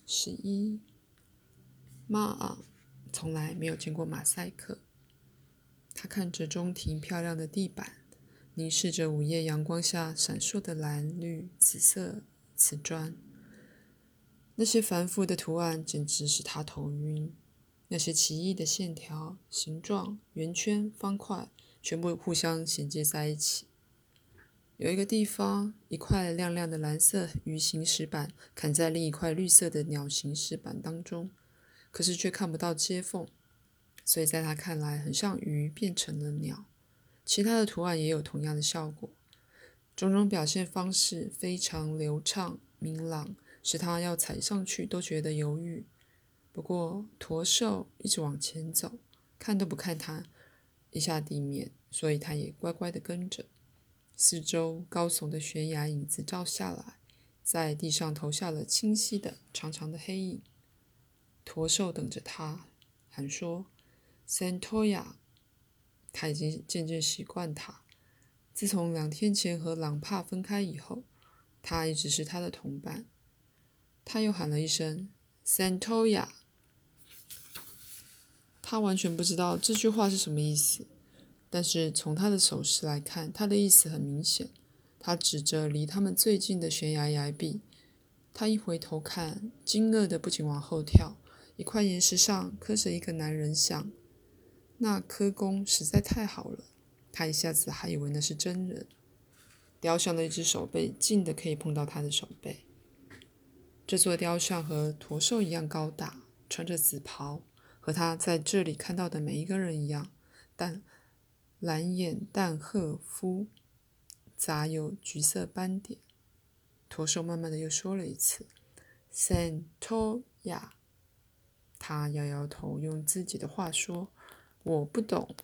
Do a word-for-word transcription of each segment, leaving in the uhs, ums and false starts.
十一，妈啊，从来没有见过马赛克。他看着中庭漂亮的地板，凝视着午夜阳光下闪烁的蓝绿紫色瓷砖。那些繁复的图案简直使他头晕，那些奇异的线条、形状、圆圈、方块，全部互相衔接在一起。有一个地方，一块亮亮的蓝色鱼形石板砍在另一块绿色的鸟形石板当中，可是却看不到接缝，所以在他看来很像鱼变成了鸟。其他的图案也有同样的效果，种种表现方式非常流畅明朗，使他要踩上去都觉得犹豫。不过驼兽一直往前走，看都不看他一下地面，所以他也乖乖地跟着。四周高耸的悬崖影子照下来，在地上投下了清晰的长长的黑影。驼兽等着他，喊说 Santoya。 他已经渐渐习惯他。自从两天前和朗帕分开以后，他一直是他的同伴。他又喊了一声 Santoya。 他完全不知道这句话是什么意思，但是从他的手势来看，他的意思很明显。他指着离他们最近的悬崖崖壁，他一回头看，惊愕的不仅往后跳。一块岩石上刻着一个男人像，那刻工实在太好了，他一下子还以为那是真人。雕像的一只手背近的可以碰到他的手背。这座雕像和驼兽一样高大，穿着紫袍，和他在这里看到的每一个人一样，但蓝眼淡褐肤，杂有橘色斑点。驼兽慢慢的又说了一次 Santoya。 他摇摇头，用自己的话说，我不懂。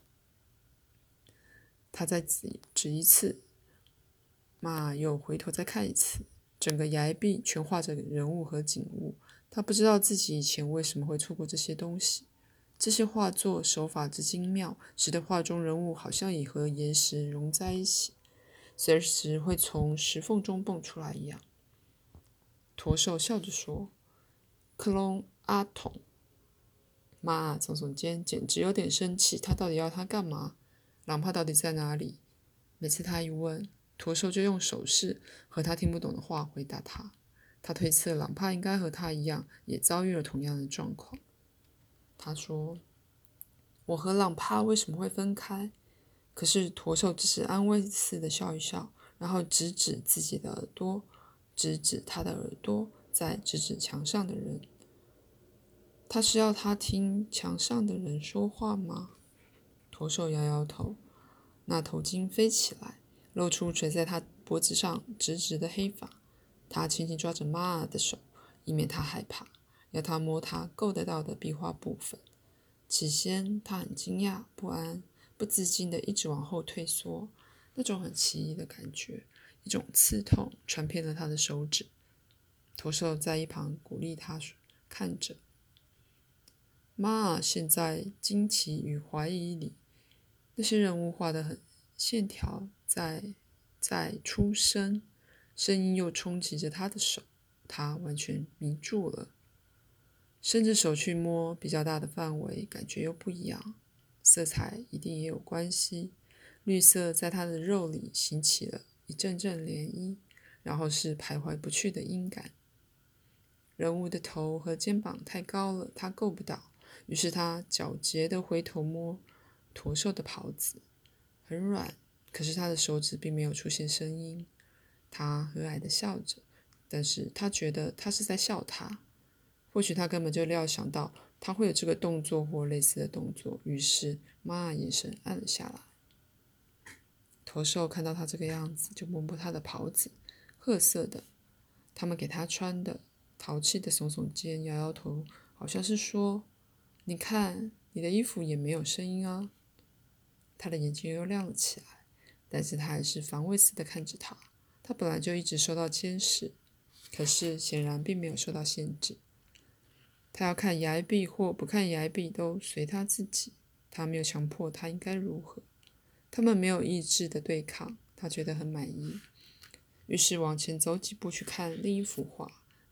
他再指指一次，马又回头再看一次，整个崖壁全画着人物和景物。他不知道自己以前为什么会错过这些东西。这些画作手法之精妙，使得画中人物好像已和岩石融在一起，随时会从石缝中蹦出来一样。驼兽笑着说，克隆阿童。妈耸耸肩，简直有点生气。他到底要他干嘛？朗帕到底在哪里？每次他一问，驼兽就用手势和他听不懂的话回答他。他推测朗帕应该和他一样，也遭遇了同样的状况。他说，我和朗帕为什么会分开？可是驼兽只是安慰似的笑一笑，然后指指自己的耳朵，指指他的耳朵，再指指墙上的人。他是要他听墙上的人说话吗？驼兽摇摇头。那头巾飞起来，露出垂在他脖子上直直的黑发。他轻轻抓着玛尔的手，以免他害怕，要他摸他够得到的壁画部分。起先他很惊讶不安，不自禁地一直往后退缩，那种很奇异的感觉，一种刺痛传遍了他的手指。驼兽在一旁鼓励他看着。玛尔陷在惊奇与怀疑里，那些人物画得很线条在在出声，声音又冲击着他的手，他完全迷住了。伸着手去摸比较大的范围，感觉又不一样，色彩一定也有关系。绿色在他的肉里兴起了一阵阵涟漪，然后是徘徊不去的阴感。人物的头和肩膀太高了，他够不到，于是他皎洁地回头摸驼兽的袍子，很软，可是他的手指并没有出现声音。他和蔼地笑着，但是他觉得他是在笑他。或许他根本就料想到他会有这个动作或类似的动作，于是玛尔眼神暗了下来。驼兽看到他这个样子，就摸摸他的袍子，褐色的，他们给他穿的，淘气的耸耸肩，摇摇头，好像是说，你看，你的衣服也没有声音啊。他的眼睛又亮了起来，但是他还是防卫似的看着他。他本来就一直受到监视，可是显然并没有受到限制。他要看崖壁或不看崖壁都随他自己，他没有强迫他应该如何。他们没有意志的对抗，他觉得很满意。于是往前走几步去看另一幅画，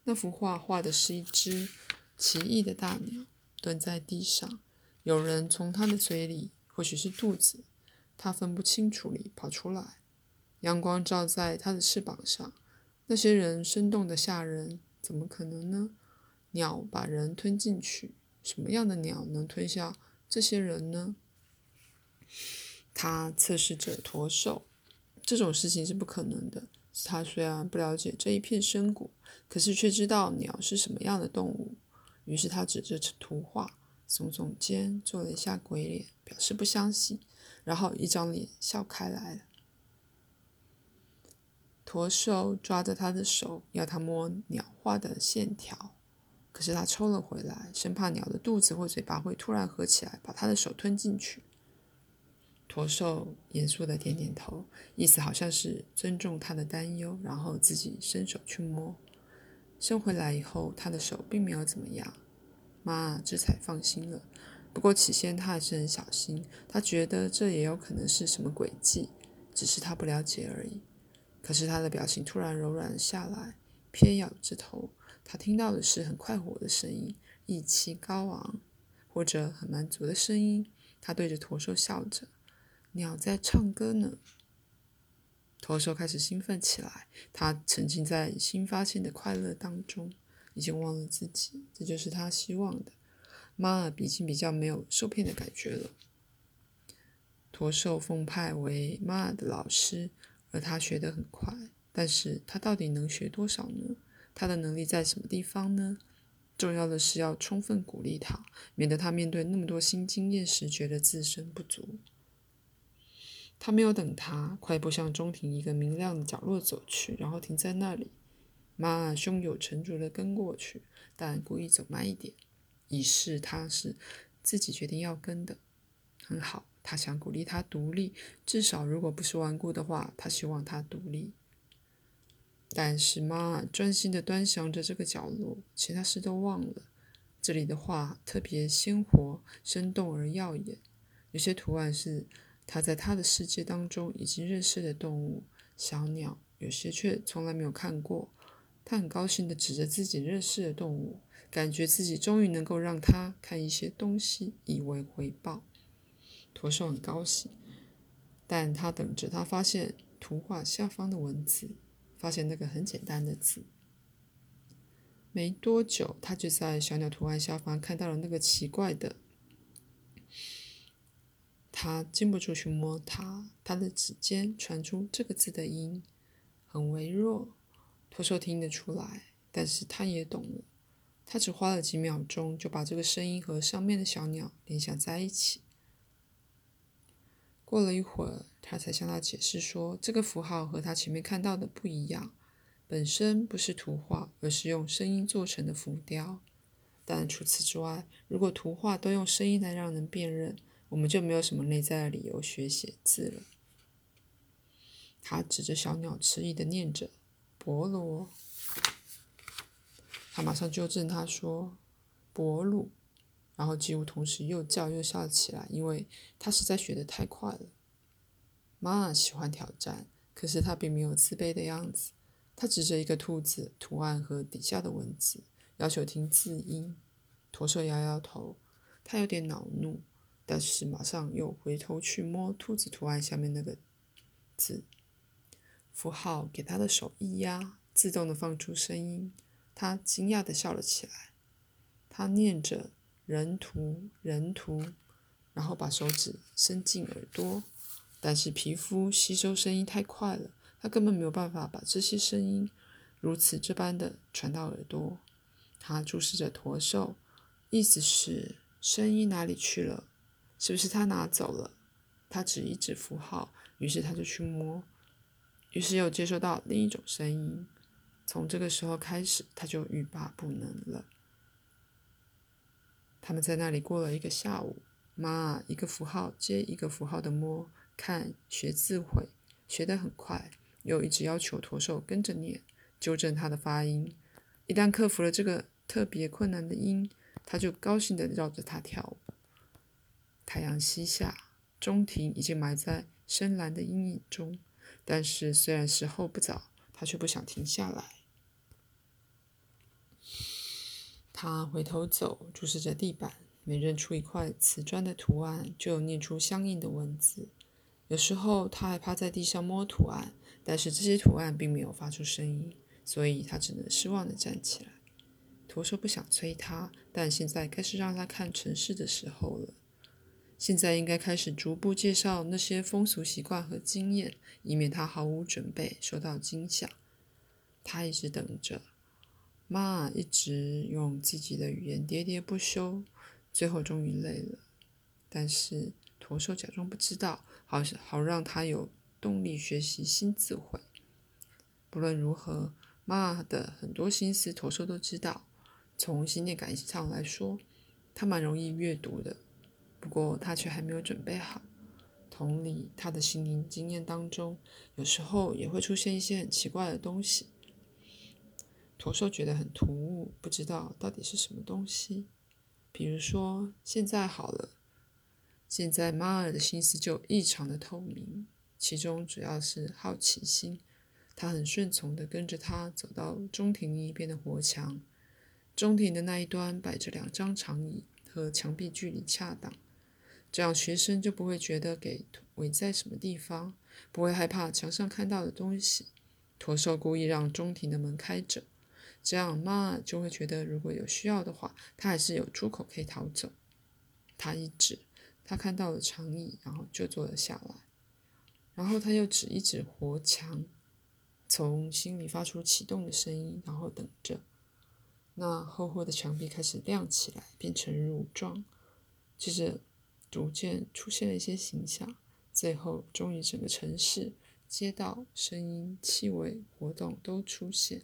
那幅画画的是一只奇异的大鸟，蹲在地上，有人从它的嘴里，或许是肚子，它分不清楚里跑出来。阳光照在它的翅膀上，那些人生动的吓人，怎么可能呢？鸟把人吞进去，什么样的鸟能吞下这些人呢？他测试着驼兽，这种事情是不可能的。他虽然不了解这一片深谷，可是却知道鸟是什么样的动物。于是他指着图画，耸耸肩，做了一下鬼脸，表示不相信，然后一张脸笑开来了。驼兽抓着他的手，要他摸鸟画的线条，可是他抽了回来，生怕鸟的肚子或嘴巴会突然合起来，把他的手吞进去。驼兽严肃地点点头，意思好像是尊重他的担忧，然后自己伸手去摸。伸回来以后，他的手并没有怎么样，妈这才放心了。不过起先他还是很小心，他觉得这也有可能是什么诡计，只是他不了解而已。可是他的表情突然柔软了下来，偏仰着头，他听到的是很快活的声音，意气高昂，或者很满足的声音。他对着驼兽笑着，鸟在唱歌呢。驼兽开始兴奋起来，他沉浸在新发现的快乐当中，已经忘了自己，这就是他希望的。妈尔已经比较没有受骗的感觉了。驼兽奉派为妈尔的老师，而他学得很快，但是他到底能学多少呢？他的能力在什么地方呢？重要的是要充分鼓励他，免得他面对那么多新经验时觉得自身不足。他没有等他，快步向中庭一个明亮的角落走去，然后停在那里。妈尔胸有成竹地跟过去，但故意走慢一点，以示他是自己决定要跟的。很好，他想鼓励他独立，至少如果不是顽固的话，他希望他独立。但是妈尔专心地端详着这个角落，其他事都忘了。这里的画特别鲜活、生动而耀眼，有些图案是他在他的世界当中已经认识的动物，小鸟，有些却从来没有看过。他很高兴地指着自己认识的动物，感觉自己终于能够让他看一些东西以为回报。驼兽很高兴，但他等着他发现图画下方的文字，发现那个很简单的字。没多久，他就在小鸟图案下方看到了那个奇怪的，他禁不住去摸它，他的指尖传出这个字的音，很微弱，驼兽听得出来，但是他也懂了。他只花了几秒钟就把这个声音和上面的小鸟联想在一起。过了一会儿，他才向他解释说，这个符号和他前面看到的不一样，本身不是图画，而是用声音做成的浮雕。但除此之外，如果图画都用声音来让人辨认，我们就没有什么内在的理由学写字了。他指着小鸟迟疑地念着博罗，他马上纠正他说博鲁，然后几乎同时又叫又笑起来，因为他实在学得太快了。妈妈喜欢挑战，可是他并没有自卑的样子。他指着一个兔子图案和底下的文字，要求听字音。驼兽摇摇头，他有点恼怒，但是马上又回头去摸兔子图案下面那个字。符号给他的手一压，自动的放出声音。他惊讶地笑了起来。他念着人图人图，然后把手指伸进耳朵，但是皮肤吸收声音太快了，他根本没有办法把这些声音如此这般的传到耳朵。他注视着驼兽，意思是声音哪里去了？是不是他拿走了？他指一指符号，于是他就去摸，于是又接收到另一种声音。从这个时候开始，他就欲罢不能了。他们在那里过了一个下午，妈一个符号接一个符号的摸、看、学字会，学得很快，又一直要求驼兽跟着念，纠正他的发音。一旦克服了这个特别困难的音，他就高兴地绕着它跳舞。太阳西下，中庭已经埋在深蓝的阴影中，但是虽然时候不早，他却不想停下来。 他回头走，注视着地板，每认出一块瓷砖的图案，就有念出相应的文字。有时候他还趴在地上摸图案，但是这些图案并没有发出声音，所以他只能失望地站起来。驼兽不想催他，但现在该是让他看城市的时候了。现在应该开始逐步介绍那些风俗习惯和经验，以免他毫无准备受到惊吓。他一直等着，妈一直用自己的语言喋喋不休，最后终于累了。但是驼兽假装不知道，好好让他有动力学习新词汇。不论如何，妈的很多心思驼兽都知道。从心念感上来说，他蛮容易阅读的，不过他却还没有准备好。同理，他的心灵经验当中，有时候也会出现一些很奇怪的东西。驼兽觉得很突兀，不知道到底是什么东西。比如说，现在好了，现在马尔的心思就异常的透明，其中主要是好奇心。他很顺从地跟着他走到中庭另一边的活墙。中庭的那一端摆着两张长椅，和墙壁距离恰当，这样学生就不会觉得给围在什么地方，不会害怕墙上看到的东西。驼兽故意让中庭的门开着，这样妈尔就会觉得如果有需要的话，他还是有出口可以逃走。他一指，他看到了长椅，然后就坐了下来。然后他又指一指活墙，从心里发出启动的声音，然后等着。那厚厚的墙壁开始亮起来，变成乳状，接着逐渐出现了一些形象，最后终于整个城市、街道、声音、气味、活动都出现。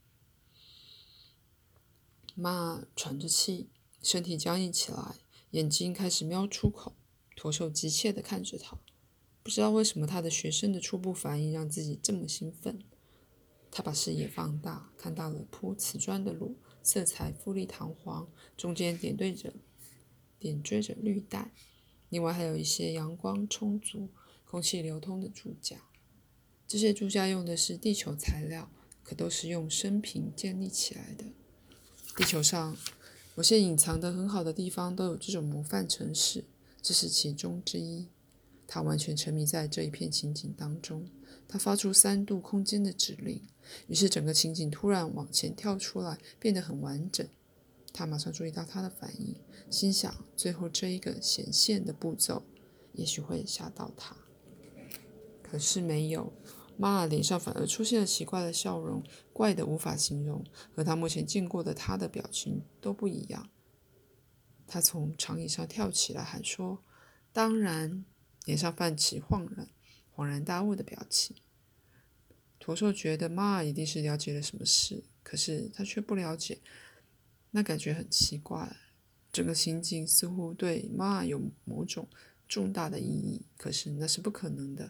妈喘着气，身体僵硬起来，眼睛开始瞄出口。驼兽急切地看着他，不知道为什么他的学生的初步反应让自己这么兴奋。他把视野放大，看到了铺瓷砖的路，色彩富丽堂皇，中间点缀着点缀着绿带，另外还有一些阳光充足、空气流通的柱架。这些柱架用的是地球材料，可都是用生平建立起来的。地球上某些隐藏得很好的地方都有这种模范城市，这是其中之一。他完全沉迷在这一片情景当中，他发出三度空间的指令，于是整个情景突然往前跳出来，变得很完整。他马上注意到他的反应，心想最后这一个显现的步骤也许会吓到他。可是没有，妈尔脸上反而出现了奇怪的笑容，怪得无法形容，和他目前见过的他的表情都不一样。他从长椅上跳起来喊说：当然，脸上泛起恍然恍然大悟的表情。驼兽觉得妈尔一定是了解了什么事，可是他却不了解，那感觉很奇怪。整个情景似乎对妈尔有某种重大的意义，可是那是不可能的。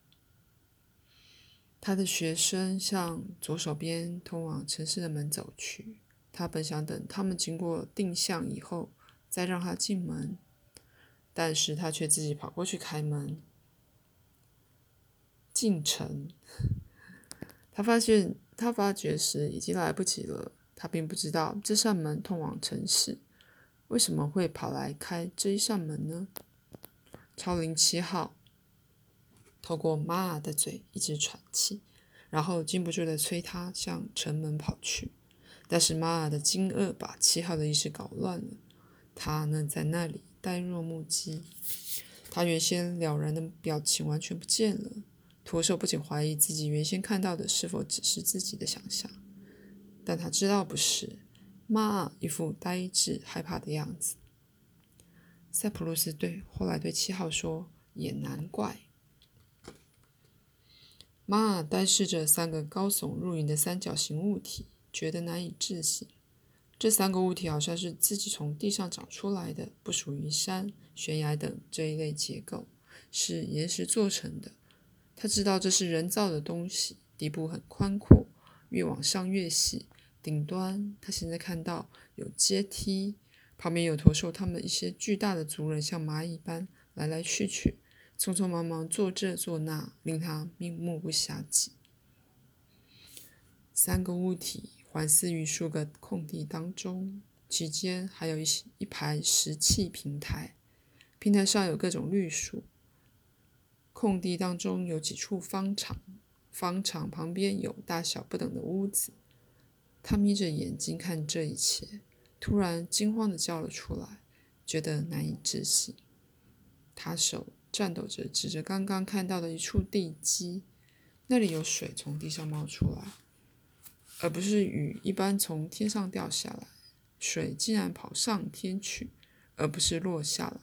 他的学生向左手边通往城市的门走去，他本想等他们经过定向以后再让他进门，但是他却自己跑过去开门。进城，他发现他发觉时已经来不及了。他并不知道这扇门通往城市，为什么会跑来开这一扇门呢？超灵七号透过妈尔的嘴一直喘气，然后禁不住地催他向城门跑去。但是妈尔的惊愕把七号的意识搞乱了，他愣在那里呆若木鸡，他原先了然的表情完全不见了。驼兽不仅怀疑自己原先看到的是否只是自己的想象，但他知道不是。妈尔一副呆滞害怕的样子。塞浦路斯对后来对七号说：也难怪。妈尔呆视着三个高耸入云的三角形物体，觉得难以置信。这三个物体好像是自己从地上长出来的，不属于山、悬崖等这一类结构，是岩石做成的。他知道这是人造的东西，底部很宽阔，越往上越细。顶端他现在看到有阶梯，旁边有驼兽他们一些巨大的族人，像蚂蚁般来来去去，匆匆忙忙做这做那，令他目不暇接。三个物体环伺于数个空地当中， 其间还有一一排石砌平台，平台上有各种绿树，空地当中有几处方场，方场旁边有大小不等的屋子。他眯着眼睛看这一切，突然惊慌地叫了出来，觉得难以置信。他手颤抖着指着刚刚看到的一处地基，那里有水从地上冒出来，而不是雨一般从天上掉下来，水竟然跑上天去，而不是落下来。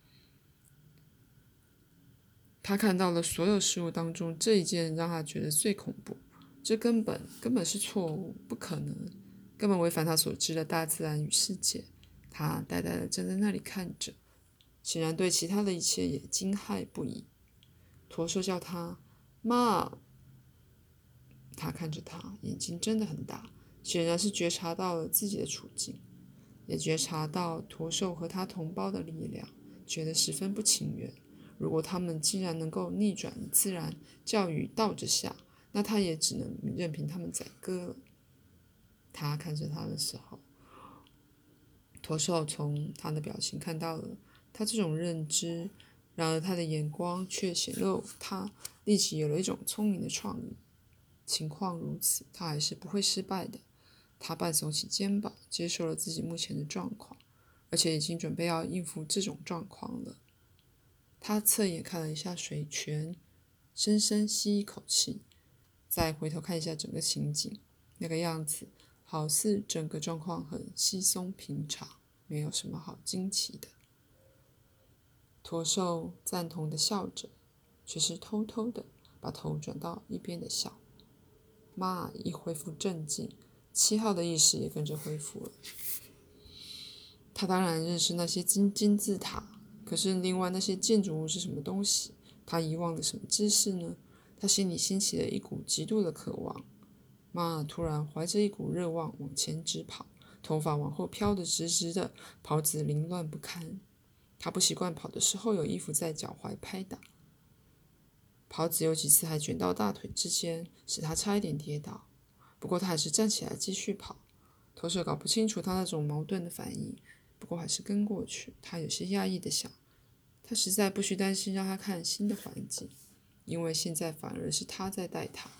他看到了所有事物当中这一件让他觉得最恐怖，这根本根本是错误，不可能，根本违反他所知的大自然与世界。他呆呆地站在那里看着，显然对其他的一切也惊骇不已。驼兽叫他妈，他看着他，眼睛真的很大，显然是觉察到了自己的处境，也觉察到驼兽和他同胞的力量，觉得十分不情愿。如果他们竟然能够逆转自然，叫雨倒着下，那他也只能任凭他们宰割了。他看着他的时候，驼兽从他的表情看到了他这种认知，然而他的眼光却显露他立即有了一种聪明的创意。情况如此，他还是不会失败的。他半耸起肩膀，接受了自己目前的状况，而且已经准备要应付这种状况了。他侧眼看了一下水泉，深深吸一口气，再回头看一下整个情景，那个样子好似整个状况很稀松平常，没有什么好惊奇的。驼兽赞同地笑着，却是偷偷的把头转到一边的笑。妈一恢复镇静，七号的意识也跟着恢复了。他当然认识那些金金字塔，可是另外那些建筑物是什么东西？他遗忘了什么知识呢？他心里兴起了一股极度的渴望。妈突然怀着一股热望往前直跑，头发往后飘得直直的，袍子凌乱不堪。他不习惯跑的时候有衣服在脚踝拍打，袍子有几次还卷到大腿之间，使他差一点跌倒。不过他还是站起来继续跑。驼兽搞不清楚他那种矛盾的反应，不过还是跟过去。他有些压抑的想，他实在不需担心让他看新的环境，因为现在反而是他在带他。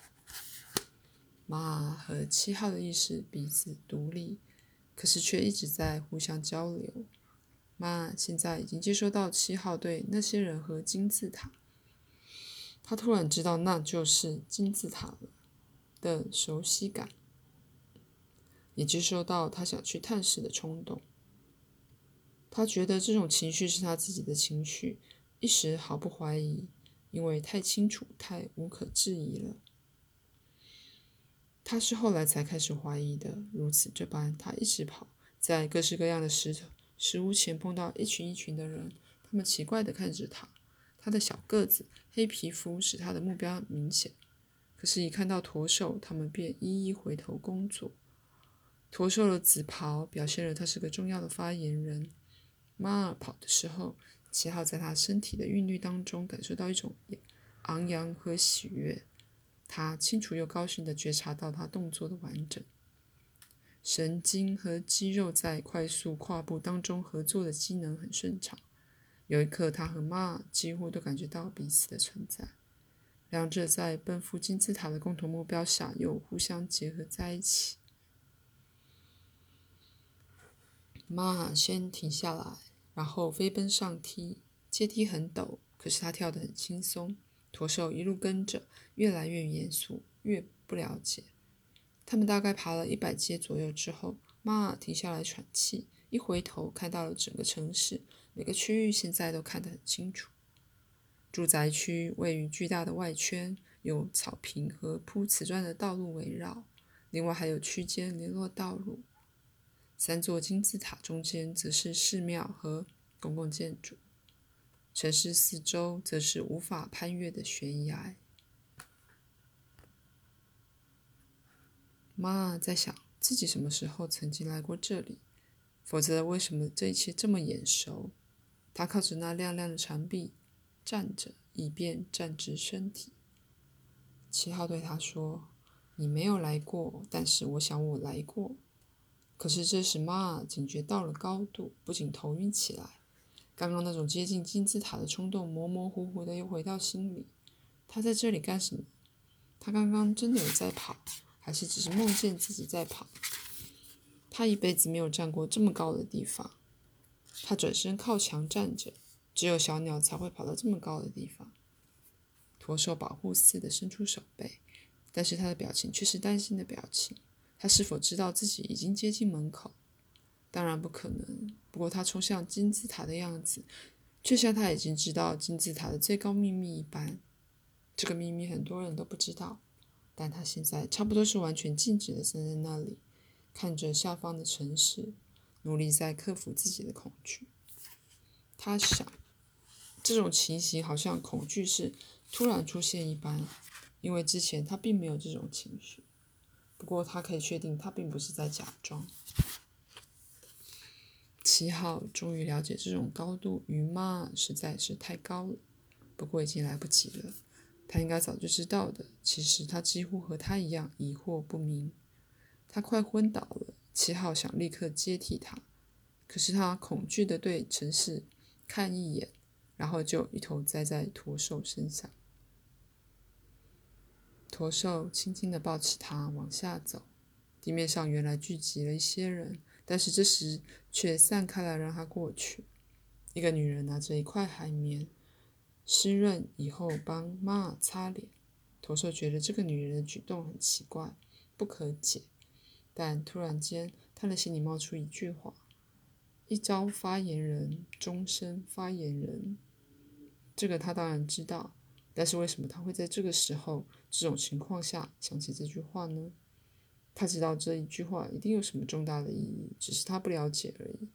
妈和七号的意识彼此独立，可是却一直在互相交流。妈现在已经接收到七号对那些人和金字塔，他突然知道那就是金字塔了的熟悉感，也接收到他想去探视的冲动。他觉得这种情绪是他自己的情绪，一时毫不怀疑，因为太清楚，太无可置疑了。他是后来才开始怀疑的，如此这般，他一直跑，在各式各样的石头石屋前碰到一群一群的人，他们奇怪地看着他。他的小个子、黑皮肤使他的目标明显，可是，一看到驼兽，他们便一一回头工作。驼兽的紫袍表现了他是个重要的发言人。马尔跑的时候，七号在他身体的韵律当中感受到一种昂扬和喜悦。他清楚又高兴地觉察到他动作的完整，神经和肌肉在快速跨步当中合作的机能很顺畅。有一刻，他和马尔几乎都感觉到彼此的存在，两者在奔赴金字塔的共同目标下又互相结合在一起。马尔先停下来，然后飞奔上梯，阶梯很陡，可是他跳得很轻松。驼兽一路跟着，越来越严肃，越不了解。他们大概爬了一百阶左右之后，马尔停下来喘气，一回头看到了整个城市，每个区域现在都看得很清楚。住宅区位于巨大的外圈，有草坪和铺瓷砖的道路围绕，另外还有区间联络道路。三座金字塔中间则是寺庙和公共建筑，城市四周则是无法攀越的悬崖。妈在想自己什么时候曾经来过这里，否则为什么这一切这么眼熟？他靠着那亮亮的长壁站着，以便站直身体。七号对他说：“你没有来过，但是我想我来过。” 可是这时妈警觉到了高度，不仅头晕起来，刚刚那种接近金字塔的冲动模模糊糊的又回到心里。他在这里干什么？他刚刚真的有在跑，还是只是梦见自己在跑？他一辈子没有站过这么高的地方。他转身靠墙站着，只有小鸟才会跑到这么高的地方。驼兽保护似的伸出手背，但是他的表情却是担心的表情。他是否知道自己已经接近门口？当然不可能。不过他冲向金字塔的样子，却像他已经知道金字塔的最高秘密一般。这个秘密很多人都不知道，但他现在差不多是完全静止的站在那里，看着下方的城市，努力在克服自己的恐惧。他想，这种情形好像恐惧是突然出现一般，因为之前他并没有这种情绪。不过他可以确定，他并不是在假装。七号终于了解这种高度于妈实在是太高了，不过已经来不及了。他应该早就知道的，其实他几乎和他一样疑惑不明。他快昏倒了，七号想立刻接替他，可是他恐惧地对城市看一眼，然后就一头栽在驼兽身上。驼兽轻轻地抱起他往下走，地面上原来聚集了一些人，但是这时却散开来让他过去。一个女人拿着一块海绵，湿润以后帮妈擦脸。驼兽觉得这个女人的举动很奇怪，不可解，但突然间他的心里冒出一句话：一朝发言人，终身发言人。这个他当然知道，但是为什么他会在这个时候、这种情况下想起这句话呢？他知道这一句话一定有什么重大的意义，只是他不了解而已。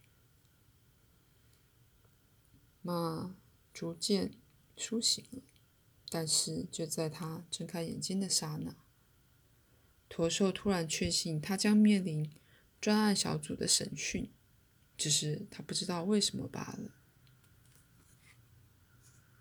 妈逐渐苏醒了，但是就在他睁开眼睛的刹那，驼兽突然确信他将面临专案小组的审讯，只是他不知道为什么罢了。